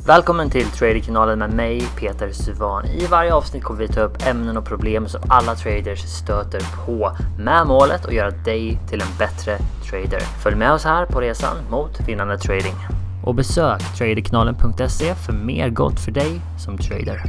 Välkommen till Traderkanalen med mig, Peter Suvan. I varje avsnitt kommer vi ta upp ämnen och problem som alla traders stöter på med målet att göra dig till en bättre trader. Följ med oss här på resan mot vinnande trading. Och besök traderkanalen.se för mer gott för dig som trader.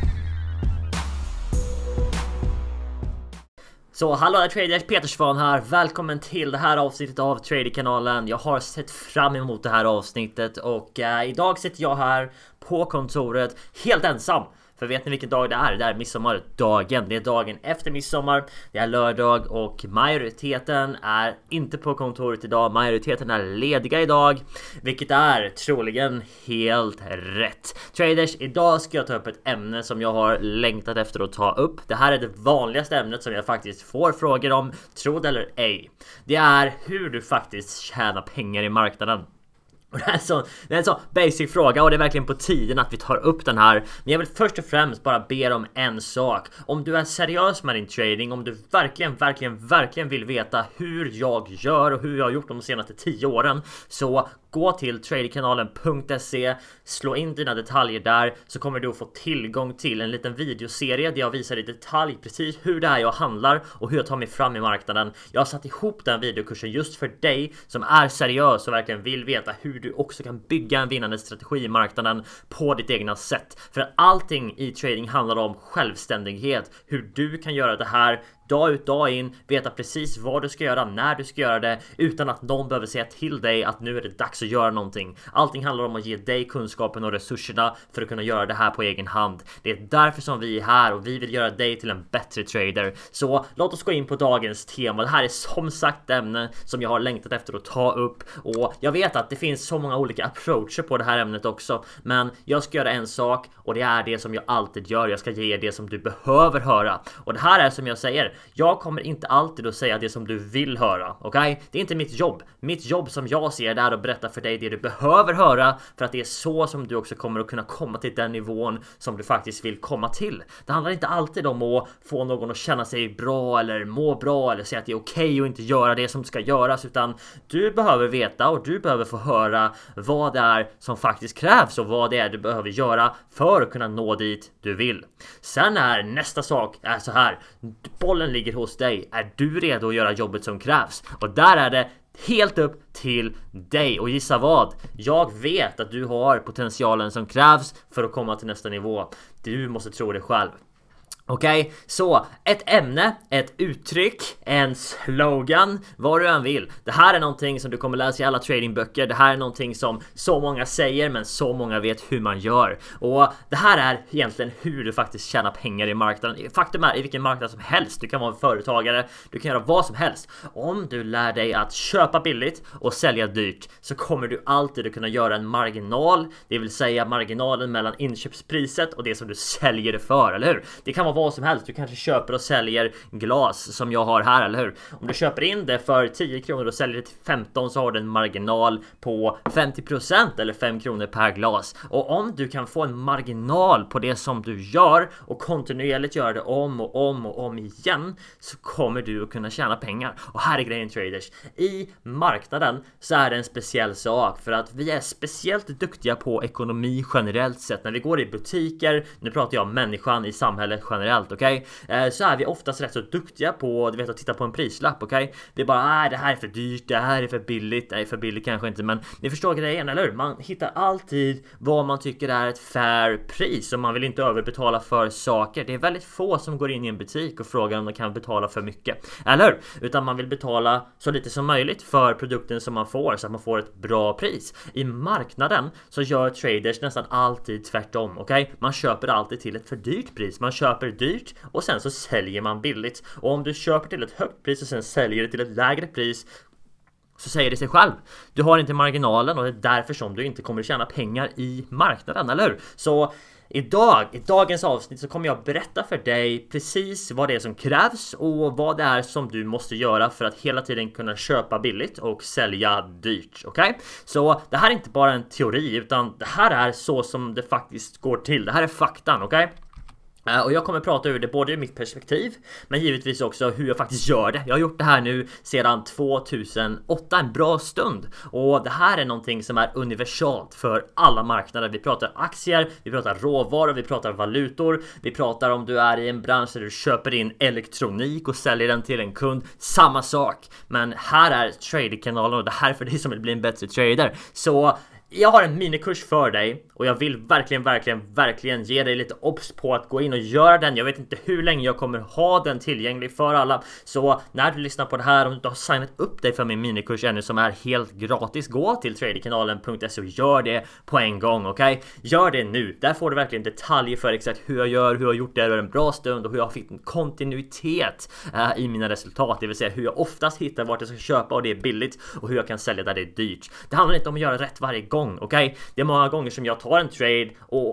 Så hallå där traders, Peter Suvan här. Välkommen till det här avsnittet av Traderkanalen. Jag har sett fram emot det här avsnittet och idag sitter jag här på kontoret helt ensam. För vet ni vilken dag det är? Det är midsommardagen. Det är dagen efter midsommar. Det är lördag och majoriteten är inte på kontoret idag. Majoriteten är lediga idag. Vilket är troligen helt rätt. Traders, idag ska jag ta upp ett ämne som jag har längtat efter att ta upp. Det här är det vanligaste ämnet som jag faktiskt får frågor om, tro det eller ej. Det är hur du faktiskt tjänar pengar i marknaden. Och det är en så basic fråga och det är verkligen på tiden att vi tar upp den här. Men jag vill först och främst bara be om en sak. Om du är seriös med din trading, om du verkligen vill veta hur jag gör och hur jag har gjort de senaste 10 åren, så gå till traderkanalen.se, slå in dina detaljer där, så kommer du att få tillgång till en liten videoserie där jag visar i detalj precis hur det är jag handlar och hur jag tar mig fram i marknaden. Jag har satt ihop den videokursen just för dig som är seriös och verkligen vill veta hur du också kan bygga en vinnande strategi i marknaden på ditt egna sätt. För att allting i trading handlar om självständighet, hur du kan göra det här dag ut, dag in, veta precis vad du ska göra, när du ska göra det, utan att någon behöver säga till dig att nu är det dags att göra någonting. Allting handlar om att ge dig kunskapen och resurserna för att kunna göra det här på egen hand. Det är därför som vi är här och vi vill göra dig till en bättre trader. Så låt oss gå in på dagens tema. Det här är som sagt ämne som jag har längtat efter att ta upp, och jag vet att det finns så många olika approacher på det här ämnet också, men jag ska göra en sak och det är det som jag alltid gör. Jag ska ge det som du behöver höra, och det här är som jag säger, jag kommer inte alltid att säga det som du vill höra, okej? Det är inte mitt jobb. Mitt jobb som jag ser det är att berätta för dig det du behöver höra, för att det är så som du också kommer att kunna komma till den nivån som du faktiskt vill komma till. Det handlar inte alltid om att få någon att känna sig bra eller må bra eller säga att det är okej att inte göra det som ska göras, utan du behöver veta och du behöver få höra vad det är som faktiskt krävs och vad det är du behöver göra för att kunna nå dit du vill. Sen är nästa sak är så här: bollen ligger hos dig. Är du redo att göra jobbet som krävs? Och där är det helt upp till dig. Och gissa vad? Jag vet att du har potentialen som krävs för att komma till nästa nivå. Du måste tro det själv. Okej, så ett ämne, ett uttryck, en slogan, vad du än vill. Det här är någonting som du kommer läsa i alla tradingböcker. Det här är någonting som så många säger men så många vet hur man gör. Och det här är egentligen hur du faktiskt tjänar pengar i marknaden. Faktum är, i vilken marknad som helst. Du kan vara en företagare, du kan göra vad som helst. Om du lär dig att köpa billigt och sälja dyrt, så kommer du alltid att kunna göra en marginal. Det vill säga marginalen mellan inköpspriset och det som du säljer det för, eller hur? Det kan vara vad som helst. Du kanske köper och säljer glas som jag har här, eller hur? Om du köper in det för 10 kronor och säljer det till 15, så har du en marginal på 50% eller 5 kronor per glas. Och om du kan få en marginal på det som du gör och kontinuerligt göra det om igen, så kommer du att kunna tjäna pengar. Och här är grejen, traders. I marknaden så är det en speciell sak, för att vi är speciellt duktiga på ekonomi generellt sett. När vi går i butiker, nu pratar jag om människan i samhället generellt, okej? Så är vi oftast rätt så duktiga på, du vet, att titta på en prislapp, okej? Det är bara, det här är för dyrt, det här är för billigt. Nej, för billigt kanske inte, men ni förstår grejen, eller hur? Man hittar alltid vad man tycker är ett fair pris, och man vill inte överbetala för saker. Det är väldigt få som går in i en butik och frågar om de kan betala för mycket, eller hur? Utan man vill betala så lite som möjligt för produkten som man får, så att man får ett bra pris. I marknaden så gör traders nästan alltid tvärtom, okej? Man köper alltid till ett för dyrt pris. Man köper dyrt och sen så säljer man billigt. Och om du köper till ett högt pris och sen säljer det till ett lägre pris, så säger det sig själv. Du har inte marginalen, och det är därför som du inte kommer att tjäna pengar i marknaden, eller hur? Så i dagens avsnitt så kommer jag berätta för dig precis vad det är som krävs och vad det är som du måste göra för att hela tiden kunna köpa billigt och sälja dyrt, okej? Så det här är inte bara en teori, utan det här är så som det faktiskt går till. Det här är faktan, okej? Och jag kommer prata ur det både ur mitt perspektiv, men givetvis också hur jag faktiskt gör det. Jag har gjort det här nu sedan 2008, en bra stund. Och det här är någonting som är universalt för alla marknader. Vi pratar aktier, vi pratar råvaror, vi pratar valutor. Vi pratar om du är i en bransch där du köper in elektronik och säljer den till en kund. Samma sak. Men här är Trader-kanalen och det här är för dig som vill bli en bättre trader. Så jag har en minikurs för dig och jag vill verkligen ge dig lite obs på att gå in och göra den. Jag vet inte hur länge jag kommer ha den tillgänglig för alla. Så när du lyssnar på det här, om du inte har signat upp dig för min minikurs ännu som är helt gratis, gå till traderkanalen.se och gör det på en gång, okej? Gör det nu. Där får du verkligen detaljer för exakt hur jag gör, hur jag har gjort det över en bra stund och hur jag har fått en kontinuitet i mina resultat. Det vill säga hur jag oftast hittar vart jag ska köpa och det är billigt och hur jag kan sälja där det är dyrt. Det handlar inte om att göra rätt varje gång. Okej, det är många gånger som jag tar en trade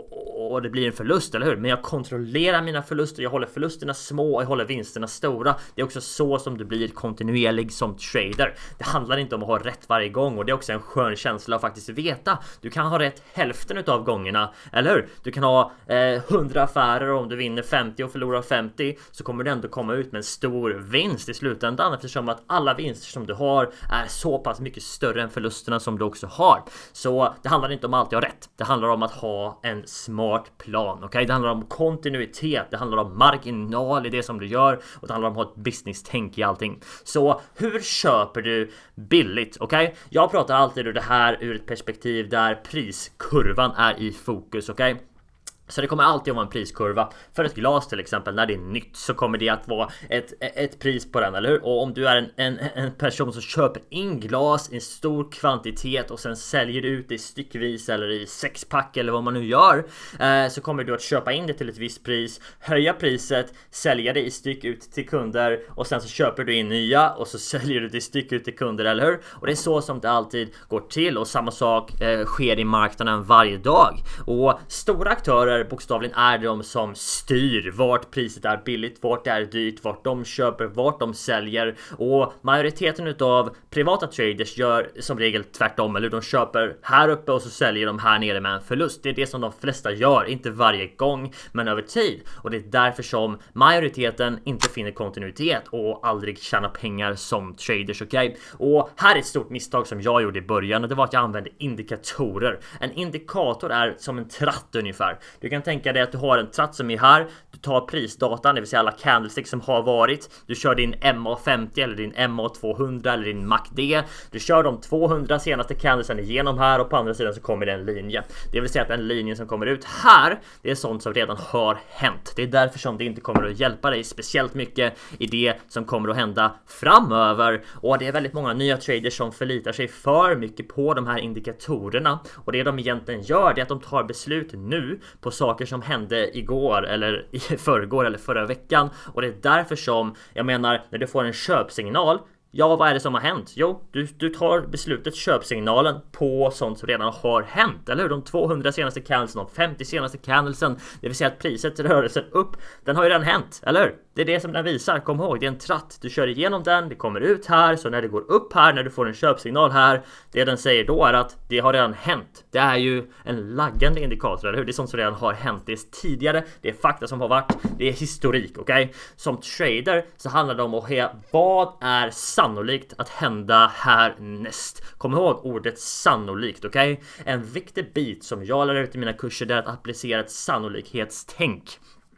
och det blir en förlust, eller hur? Men jag kontrollerar mina förluster, jag håller förlusterna små och jag håller vinsterna stora. Det är också så som du blir kontinuerlig som trader. Det handlar inte om att ha rätt varje gång och det är också en skön känsla att faktiskt veta. Du kan ha rätt hälften av gångerna, eller hur? Du kan ha 100 affärer och om du vinner 50 och förlorar 50 så kommer du ändå komma ut med en stor vinst i slutändan eftersom att alla vinster som du har är så pass mycket större än förlusterna som du också har. Så det handlar inte om alltid att ha rätt. Det handlar om att ha en smart plan. Okay? Det handlar om kontinuitet. Det handlar om marginal i det som du gör. Och det handlar om att ha ett business-tänk i allting. Så hur köper du billigt? Okay? Jag pratar alltid ur det här ur ett perspektiv där priskurvan är i fokus. Okay? Så det kommer alltid att vara en priskurva. För ett glas till exempel, när det är nytt så kommer det att vara ett pris på den, eller hur? Och om du är en person som köper in glas i en stor kvantitet och sen säljer ut det styckvis eller i sexpack eller vad man nu gör, så kommer du att köpa in det till ett visst pris, höja priset, sälja det i styck ut till kunder och sen så köper du in nya och så säljer du det i styck ut till kunder, eller hur? Och det är så som det alltid går till och samma sak sker i marknaden varje dag. Och stora aktörer bokstavligen är de som styr vart priset är billigt, vart det är dyrt, vart de köper, vart de säljer. Och majoriteten utav privata traders gör som regel tvärtom, eller de köper här uppe och så säljer de här nere med en förlust. Det är det som de flesta gör, inte varje gång men över tid. Och det är därför som majoriteten inte finner kontinuitet och aldrig tjänar pengar som traders, okej? Och här är ett stort misstag som jag gjorde i början och det var att jag använde indikatorer. En indikator är som en tratt ungefär. Du kan tänka dig att du har en tratt som är här. Du tar prisdatan, det vill säga alla candlesticks som har varit. Du kör din MA50 eller din MA200 eller din MACD. Du kör de 200 senaste candlesen igenom här och på andra sidan så kommer det en linje. Det vill säga att den linjen som kommer ut här, det är sånt som redan har hänt. Det är därför som det inte kommer att hjälpa dig speciellt mycket i det som kommer att hända framöver. Och det är väldigt många nya traders som förlitar sig för mycket på de här indikatorerna. Och det de egentligen gör är att de tar beslut nu på saker som hände igår eller i förrgår eller förra veckan. Och det är därför som, jag menar, när du får en köpsignal, ja, vad är det som har hänt? Jo, du tar beslutet, köpsignalen på sånt som redan har hänt, eller hur? De 200 senaste candlesen, de 50 senaste candlesen, det vill säga att priset, rörelsen upp, den har ju redan hänt, eller hur? Det är det som den visar, kom ihåg, det är en tratt. Du kör igenom den, det kommer ut här, så när det går upp här, när du får en köpsignal här, det den säger då är att det har redan hänt. Det är ju en laggande indikator, eller hur? Det är sånt som redan har hänt, det är tidigare, det är fakta som har varit, det är historik, okej? Som trader så handlar det om att se vad är sannolikt att hända härnäst. Kom ihåg ordet sannolikt, okej? En viktig bit som jag lär ut i mina kurser är att applicera ett sannolikhetstänk.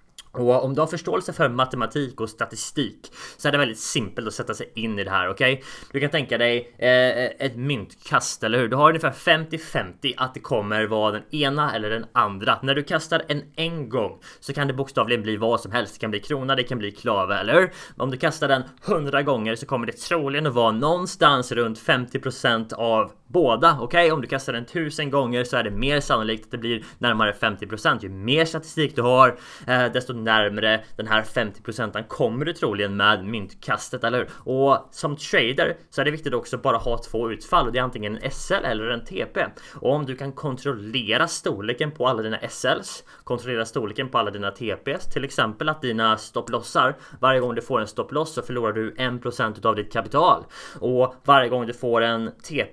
Och om du har förståelse för matematik och statistik så är det väldigt simpelt att sätta sig in i det här, okej? Du kan tänka dig ett myntkast, eller hur? Du har ungefär 50-50 att det kommer vara den ena eller den andra. När du kastar en gång så kan det bokstavligen bli vad som helst. Det kan bli krona, det kan bli klave, eller hur? Om du kastar den 100 gånger så kommer det troligen att vara någonstans runt 50% av båda, okej? Om du kastar den 1000 gånger så är det mer sannolikt att det blir närmare 50%. Ju mer statistik du har, desto närmare den här 50% kommer du troligen med myntkastet, eller hur? Och som trader så är det viktigt också bara ha två utfall och det är antingen en SL eller en TP. Och om du kan kontrollera storleken på alla dina SLs, kontrollera storleken på alla dina TPs, till exempel att dina stopplossar, varje gång du får en stopploss så förlorar du 1% av ditt kapital. Och varje gång du får en TP, det vill säga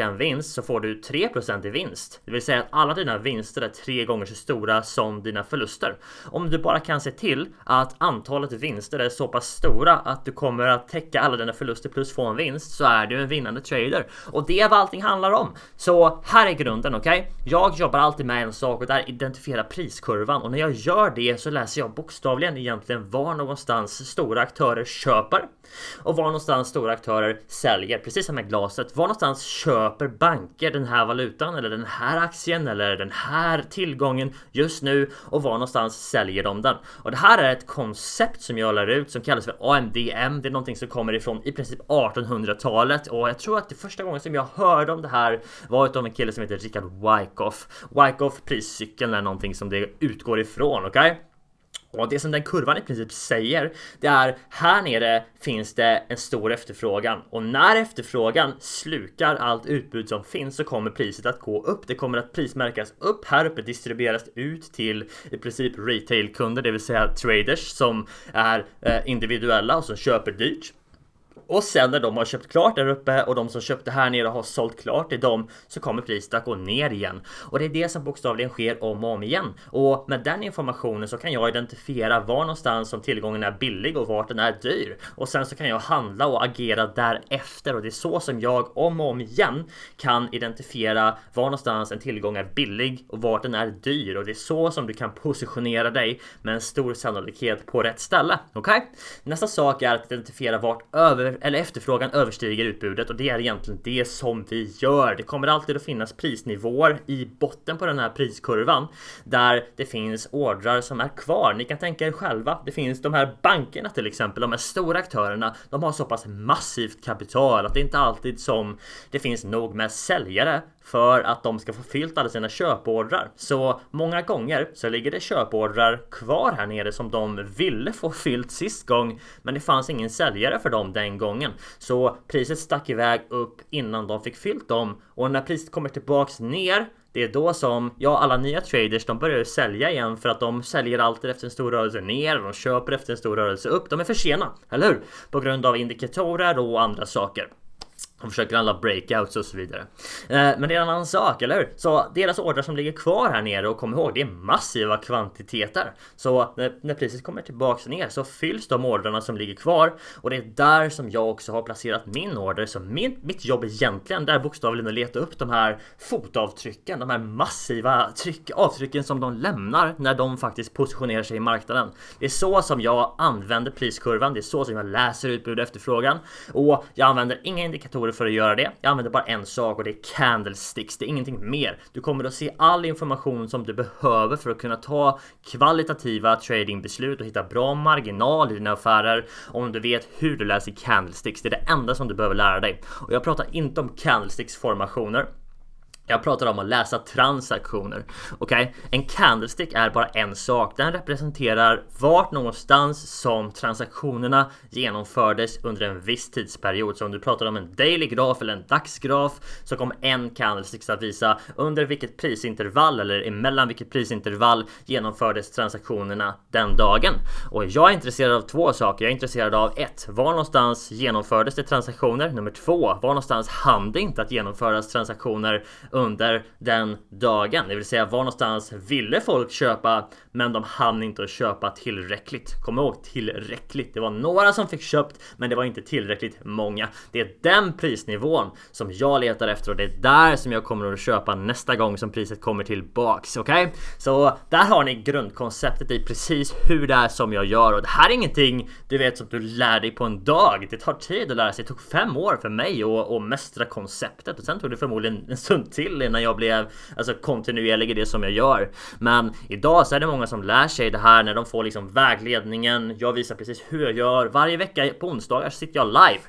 1% vinst så får du 3% i vinst. Det vill säga att alla dina vinster är 3 gånger så stora som dina förluster. Om du bara kan se till att antalet vinster är så pass stora att du kommer att täcka alla dina förluster plus få en vinst, så är du en vinnande trader. Och det är vad allting handlar om. Så här är grunden, okej? Jag jobbar alltid med en sak och där identifiera priskurvan. Och när jag gör det så läser jag bokstavligen egentligen var någonstans stora aktörer köper och var någonstans stora aktörer säljer. Precis som med glaset. Var någonstans köper banker den här valutan eller den här aktien eller den här tillgången just nu och var någonstans säljer de den. Och det här är ett koncept som jag lär ut som kallas för AMDM. Det är någonting som kommer ifrån i princip 1800-talet och jag tror att det första gången som jag hörde om det här var utav en kille som heter Richard Wyckoff. Wyckoff priscykeln är någonting som det utgår ifrån, okej? Och det som den kurvan i princip säger, det är här nere finns det en stor efterfrågan. Och när efterfrågan slukar allt utbud som finns så kommer priset att gå upp. Det kommer att prismärkas upp. Här uppe distribueras ut till i princip retailkunder, det vill säga traders som är individuella och som köper dyrt. Och sen när de har köpt klart där uppe och de som köpte här nere har sålt klart till dem, så kommer priset att gå ner igen. Och det är det som bokstavligen sker om och om igen. Och med den informationen så kan jag identifiera var någonstans som tillgången är billig och vart den är dyr. Och sen så kan jag handla och agera därefter. Och det är så som jag om och om igen kan identifiera var någonstans en tillgång är billig och vart den är dyr. Och det är så som du kan positionera dig med en stor sannolikhet på rätt ställe. Okej? Nästa sak är att identifiera vart efterfrågan överstiger utbudet, och det är egentligen det som vi gör. Det kommer alltid att finnas prisnivåer i botten på den här priskurvan där det finns ordrar som är kvar. Ni kan tänka er själva, det finns de här bankerna till exempel, de här stora aktörerna, de har så pass massivt kapital att det inte alltid som det finns nog med säljare för att de ska få fyllt alla sina köpordrar. Så många gånger så ligger det köpordrar kvar här nere som de ville få fyllt sist gång, men det fanns ingen säljare för dem den gången. Så priset stack iväg upp innan de fick fyllt dem, och när priset kommer tillbaks ner, det är då som alla nya traders, de börjar sälja igen för att de säljer alltid efter en stor rörelse ner och de köper efter en stor rörelse upp. De är för sena, eller hur? På grund av indikatorer och andra saker. De försöker alla breakouts och så vidare. Men det är en annan sak, eller hur? Så deras ordrar som ligger kvar här nere, och kom ihåg, det är massiva kvantiteter. Så när priset kommer tillbaks ner så fylls de ordrarna som ligger kvar. Och det är där som jag också har placerat min order. Så mitt jobb egentligen där bokstavligen att leta upp de här fotavtrycken. De här massiva avtrycken som de lämnar när de faktiskt positionerar sig i marknaden. Det är så som jag använder priskurvan. Det är så som jag läser utbud och efterfrågan. Och jag använder inga indikatorer för att göra det. Jag använder bara en sak, och det är candlesticks. Det är ingenting mer. Du kommer att se all information som du behöver för att kunna ta kvalitativa tradingbeslut och hitta bra marginal i dina affärer om du vet hur du läser candlesticks. Det är det enda som du behöver lära dig. Och jag pratar inte om candlesticks formationer. Jag pratar om att läsa transaktioner. Okej? En candlestick är bara en sak. Den representerar vart någonstans som transaktionerna genomfördes under en viss tidsperiod. Så om du pratar om en daily graf eller en dagsgraf, så kommer en candlestick att visa under vilket prisintervall eller emellan vilket prisintervall genomfördes transaktionerna den dagen. Och jag är intresserad av två saker. Jag är intresserad av 1. Var någonstans genomfördes det transaktioner? Nummer 2. Var någonstans hann det inte att genomföras transaktioner under den dagen? Det vill säga, var någonstans ville folk köpa men de hann inte att köpa tillräckligt. Kom ihåg, tillräckligt. Det var några som fick köpt, men det var inte tillräckligt många. Det är den prisnivån som jag letar efter, och det är där som jag kommer att köpa nästa gång som priset kommer tillbaks. Okej? Så där har ni grundkonceptet i precis hur det är som jag gör. Och det här är ingenting du vet som du lär dig på en dag. Det tar tid att lära sig. Det tog 5 år för mig att mästra konceptet, och sen tog det förmodligen en stund till innan jag blev kontinuerlig i det som jag gör. Men idag så är det många som lär sig det här när de får liksom vägledningen. Jag visar precis hur jag gör. Varje vecka på onsdagar sitter jag live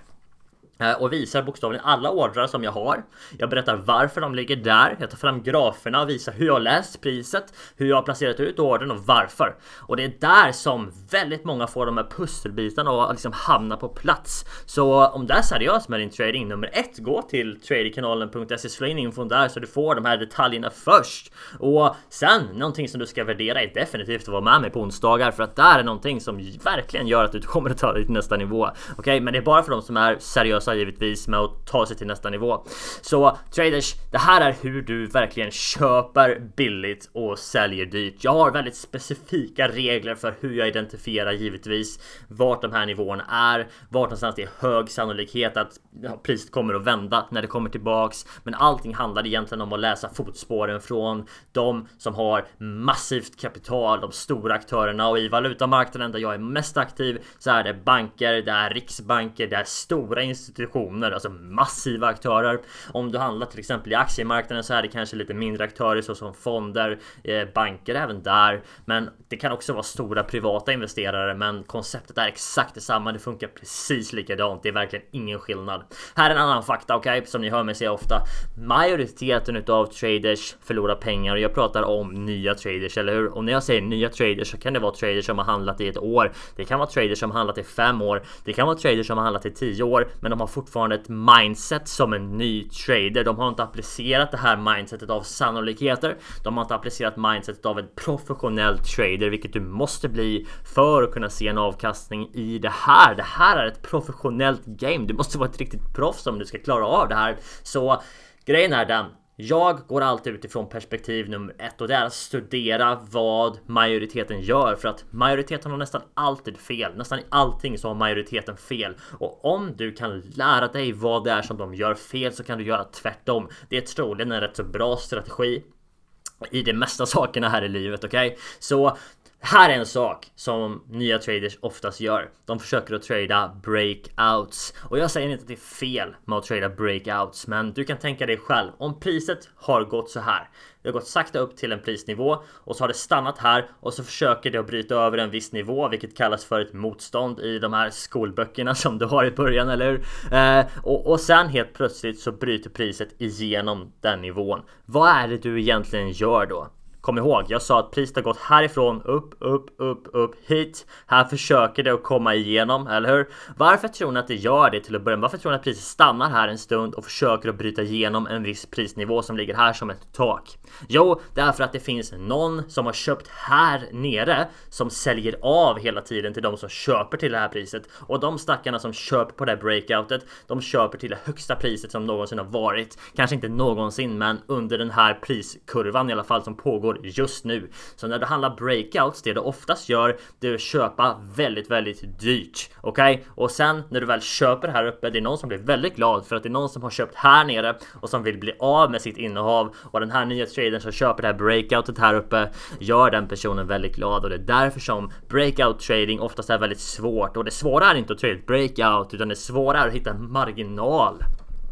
och visar bokstavligen alla ordrar som jag har. Jag berättar varför de ligger där. Jag tar fram graferna och visar hur jag har läst priset, hur jag har placerat ut ordern och varför. Och det är där som väldigt många får de här pusselbitarna och liksom hamna på plats. Så om du är seriös med din trading, nummer 1, gå till traderkanalen.se, slå in infon där så du får de här detaljerna först. Och sen, någonting som du ska värdera är definitivt att vara med mig på onsdagar, för att där är någonting som verkligen gör att du kommer att ta dig till nästa nivå. Okej, men det är bara för de som är seriösa ambitiösa givetvis med att ta sig till nästa nivå. Så traders, det här är hur du verkligen köper billigt och säljer dyrt. Jag har väldigt specifika regler för hur jag identifierar givetvis vart de här nivåerna är, vart någonstans det är hög sannolikhet att priset kommer att vända när det kommer tillbaks. Men allting handlar egentligen om att läsa fotspåren från de som har massivt kapital, de stora aktörerna. Och i valutamarknaden där jag är mest aktiv så är det banker, det är riksbanker, det är stora institutioner, alltså massiva aktörer. Om du handlar till exempel i aktiemarknaden så är det kanske lite mindre aktörer såsom fonder, banker även där. Men det kan också vara stora privata investerare, men konceptet är exakt detsamma, det funkar precis likadant, det är verkligen ingen skillnad. Här är en annan fakta, okej, som ni hör mig säga ofta. Majoriteten utav traders förlorar pengar, och jag pratar om nya traders, eller hur? Och när jag säger nya traders så kan det vara traders som har handlat i ett år, det kan vara traders som har handlat i 5 år, det kan vara traders som har handlat i 10 år, men de har fortfarande ett mindset som en ny trader. De har inte applicerat det här mindsetet av sannolikheter, de har inte applicerat mindsetet av en professionell trader, vilket du måste bli för att kunna se en avkastning i det här. Det här är ett professionellt game, du måste vara ett riktigt proffs om du ska klara av det här. Så grejen är den, jag går alltid utifrån perspektiv nummer 1, och det är att studera vad majoriteten gör, för att majoriteten har nästan alltid fel. Nästan i allting så har majoriteten fel, och om du kan lära dig vad det är som de gör fel så kan du göra tvärtom. Det är troligen en rätt så bra strategi i de mesta sakerna här i livet, okej? Så här är en sak som nya traders oftast gör. De försöker att trada breakouts. Och jag säger inte att det är fel med att trada breakouts, men du kan tänka dig själv. Om priset har gått så här. Det har gått sakta upp till en prisnivå, och så har det stannat här, och så försöker det att bryta över en viss nivå, vilket kallas för ett motstånd i de här skolböckerna som du har i början, eller hur? Och sen helt plötsligt så bryter priset igenom den nivån. Vad är det du egentligen gör då? Kom ihåg, jag sa att priset har gått härifrån upp hit. Här försöker det att komma igenom, eller hur? Varför tror ni att det gör det till att börja med? Varför tror ni att priset stannar här en stund och försöker att bryta igenom en viss prisnivå som ligger här som ett tak? Jo, det är för att det finns någon som har köpt här nere som säljer av hela tiden till de som köper till det här priset. Och de stackarna som köper på det här breakoutet, de köper till det högsta priset som någonsin har varit. Kanske inte någonsin, men under den här priskurvan i alla fall som pågår just nu. Så när du handlar breakouts, det du oftast gör, det är att köpa väldigt, väldigt dyrt. Okej? Och sen när du väl köper här uppe, det är någon som blir väldigt glad för att det är någon som har köpt här nere och som vill bli av med sitt innehav, och den här nya tradern som köper det här breakoutet här uppe gör den personen väldigt glad. Och det är därför som breakout trading oftast är väldigt svårt. Och det svåra är inte att trade breakout, utan det svåra är att hitta en marginal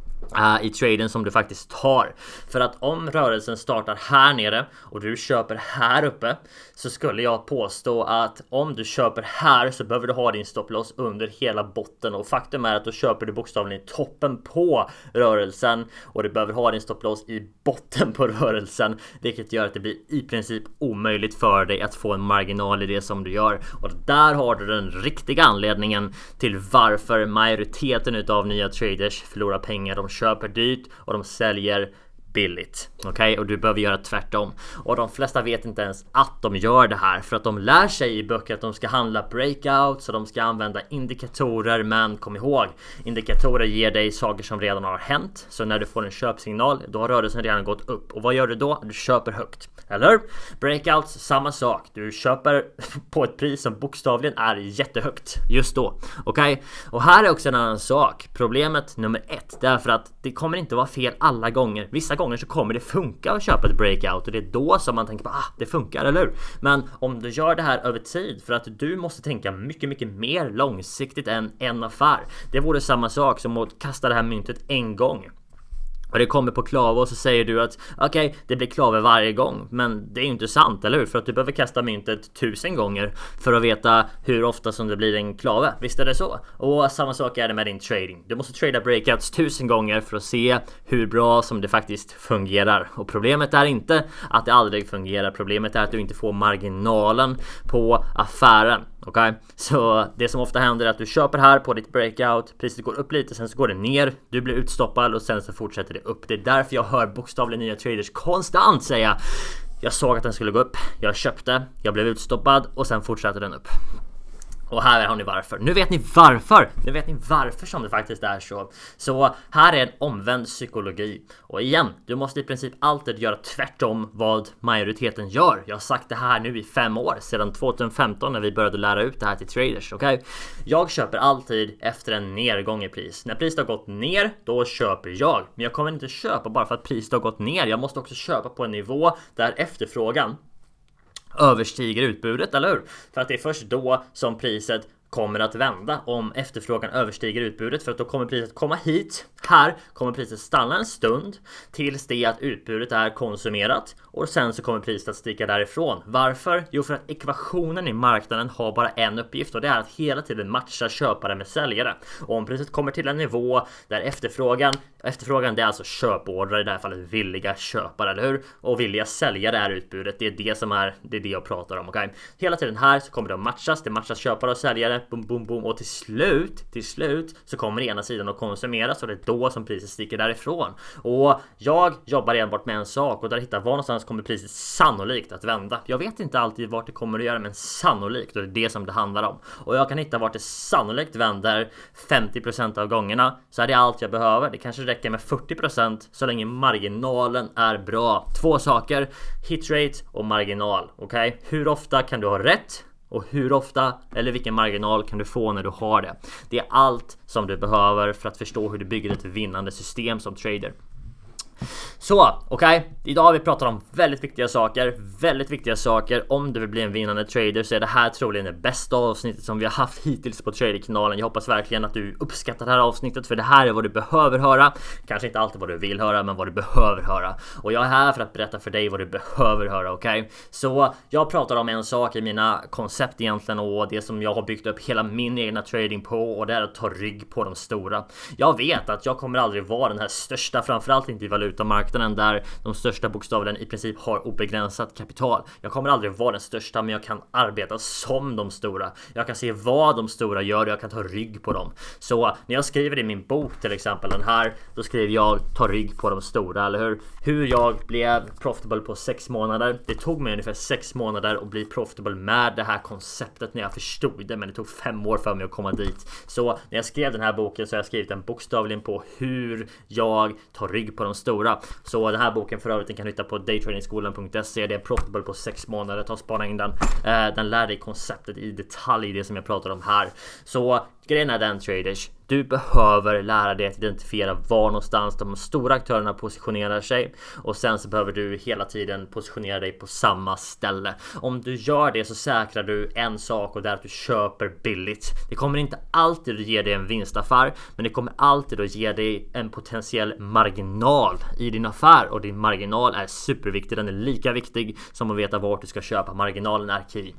i traden som du faktiskt tar. För att om rörelsen startar här nere och du köper här uppe, så skulle jag påstå att om du köper här så behöver du ha din stopploss under hela botten, och faktum är att då köper du bokstavligen i toppen på rörelsen, och du behöver ha din stopploss i botten på rörelsen, vilket gör att det blir i princip omöjligt för dig att få en marginal i det som du gör. Och där har du den riktiga anledningen till varför majoriteten utav nya traders förlorar pengar. De köper dyrt och de säljer billigt. Okej? Och du behöver göra tvärtom. Och de flesta vet inte ens att de gör det här, för att de lär sig i böcker att de ska handla breakouts och de ska använda indikatorer. Men kom ihåg, indikatorer ger dig saker som redan har hänt. Så när du får en köpsignal, då har rörelsen redan gått upp. Och vad gör du då? Du köper högt. Eller? Breakouts, samma sak. Du köper på ett pris som bokstavligen är jättehögt just då. Okej? Och här är också en annan sak. Problemet nummer 1, det är för att det kommer inte vara fel alla gånger. Vissa gånger så kommer det funka att köpa ett breakout, och det är då som man tänker på det funkar, eller hur? Men om du gör det här över tid, för att du måste tänka mycket, mycket mer långsiktigt än en affär. Det vore samma sak som att kasta det här myntet en gång. Och det kommer på klave, och så säger du att okej, det blir klave varje gång. Men det är ju inte sant, eller hur? För att du behöver kasta myntet 1000 gånger för att veta hur ofta som det blir en klave. Visst är det så? Och samma sak är det med din trading. Du måste trada breakouts 1000 gånger för att se hur bra som det faktiskt fungerar. Och problemet är inte att det aldrig fungerar. Problemet är att du inte får marginalen på affären. Okej? Så det som ofta händer är att du köper här på ditt breakout, priset går upp lite, sen så går det ner, du blir utstoppad och sen så fortsätter det upp. Det är därför jag hör bokstavligen nya traders konstant säga: jag såg att den skulle gå upp, jag köpte, jag blev utstoppad och sen fortsatte den upp. Och här har ni varför. Nu vet ni varför som det faktiskt är så. Så här är en omvänd psykologi. Och igen, du måste i princip alltid göra tvärtom vad majoriteten gör. Jag har sagt det här nu i 5 år, sedan 2015 när vi började lära ut det här till traders, okej? Jag köper alltid efter en nedgång i pris. När priset har gått ner, då köper jag. Men jag kommer inte köpa bara för att priset har gått ner. Jag måste också köpa på en nivå där efterfrågan överstiger utbudet, eller hur? För att det är först då som priset kommer att vända, om efterfrågan överstiger utbudet, för att då kommer priset komma hit. Här kommer priset stanna en stund tills det att utbudet är konsumerat, och sen så kommer priset att sticka därifrån. Varför? Jo, för att ekvationen i marknaden har bara en uppgift, och det är att hela tiden matcha köpare med säljare. Och om priset kommer till en nivå där efterfrågan det är alltså köpordrar, i det här fallet villiga köpare, eller hur? Och villiga säljare är utbudet. Det är det jag pratar om, okej? Hela tiden här så kommer det att matchas. Det matchas köpare och säljare, boom, boom, boom, och till slut så kommer ena sidan att konsumeras, och det är då som priset sticker därifrån. Och jag jobbar enbart med en sak, och där hittar var någonstans kommer priset sannolikt att vända. Jag vet inte alltid vart det kommer att göra, men sannolikt, och det är det som det handlar om. Och jag kan hitta vart det sannolikt vänder 50% av gångerna, så är det allt jag behöver. Det kanske räcker med 40% så länge marginalen är bra. 2 saker: hitrate och marginal, okej? Hur ofta kan du ha rätt? Och hur ofta eller vilken marginal kan du få när du har det? Det är allt som du behöver för att förstå hur du bygger ett vinnande system som trader. Så, okej. Idag har vi pratat om väldigt viktiga saker. Om du vill bli en vinnande trader så är det här troligen det bästa avsnittet som vi har haft hittills på Trader-kanalen. Jag hoppas verkligen att du uppskattar det här avsnittet, för det här är vad du behöver höra. Kanske inte alltid vad du vill höra, men vad du behöver höra. Och jag är här för att berätta för dig vad du behöver höra, okej? Så jag pratar om en sak i mina koncept egentligen, och det som jag har byggt upp hela min egna trading på, och det är att ta rygg på de stora. Jag vet att jag kommer aldrig vara den här största, framförallt inte i valutamarknaden där de största bokstaven i princip har obegränsat kapital. Jag kommer aldrig vara den största, men jag kan arbeta som de stora. Jag kan se vad de stora gör och jag kan ta rygg på dem. Så när jag skriver i min bok, till exempel den här, då skriver jag ta rygg på de stora, eller hur? Hur jag blev profitable på 6 månader. Det tog mig ungefär 6 månader att bli profitable med det här konceptet när jag förstod det, men det tog 5 år för mig att komma dit. Så när jag skrev den här boken så har jag skrivit en bokstavligen på hur jag tar rygg på de stora. Så den här boken för övrigt kan du hitta på daytradingskolan.se. Det är profitable på 6 månader. Ta och spana in den. Den lär dig konceptet i detalj, det som jag pratar om här. Så grejen är den, traders, du behöver lära dig att identifiera var någonstans de stora aktörerna positionerar sig, och sen så behöver du hela tiden positionera dig på samma ställe. Om du gör det så säkrar du en sak, och det är att du köper billigt. Det kommer inte alltid att ge dig en vinstaffär, men det kommer alltid att ge dig en potentiell marginal i din affär, och din marginal är superviktig. Den är lika viktig som att veta vart du ska köpa. Marginalen är key.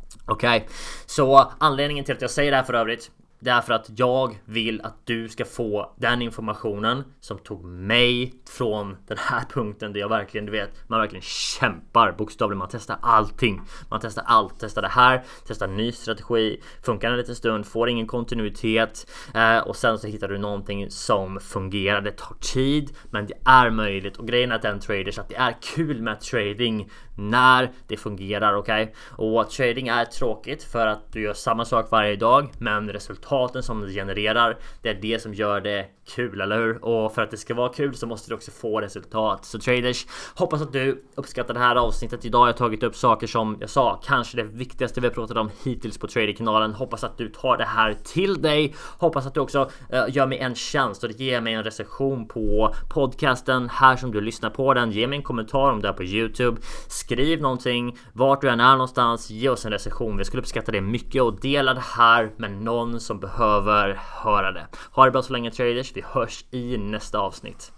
Okej, så anledningen till att jag säger det här för övrigt, det är för att jag vill att du ska få den informationen som tog mig från den här punkten där jag verkligen, du vet, man verkligen kämpar bokstavligen. Man testar allting. Man testar allt. Testar det här, testar ny strategi, funkar en liten stund, får ingen kontinuitet, och sen så hittar du någonting som fungerar. Det tar tid, men det är möjligt. Och grejen är att den traders, att det är kul med trading när det fungerar, okej? Och trading är tråkigt för att du gör samma sak varje dag, men resultaten som du genererar, det är det som gör det kul, eller hur? Och för att det ska vara kul så måste du också få resultat. Så traders, hoppas att du uppskattar det här avsnittet. Idag har jag tagit upp saker som jag sa, kanske det viktigaste vi har pratat om hittills på Trader-kanalen. Hoppas att du tar det här till dig. Hoppas att du också gör mig en tjänst och ger mig en recension på podcasten här som du lyssnar på den. Ge mig en kommentar om det här på YouTube. Skriv någonting, vart du än är någonstans. Ge oss en recension. Vi skulle uppskatta det mycket, och dela det här med någon som behöver höra det. Ha det bra så länge, traders. Vi hörs i nästa avsnitt.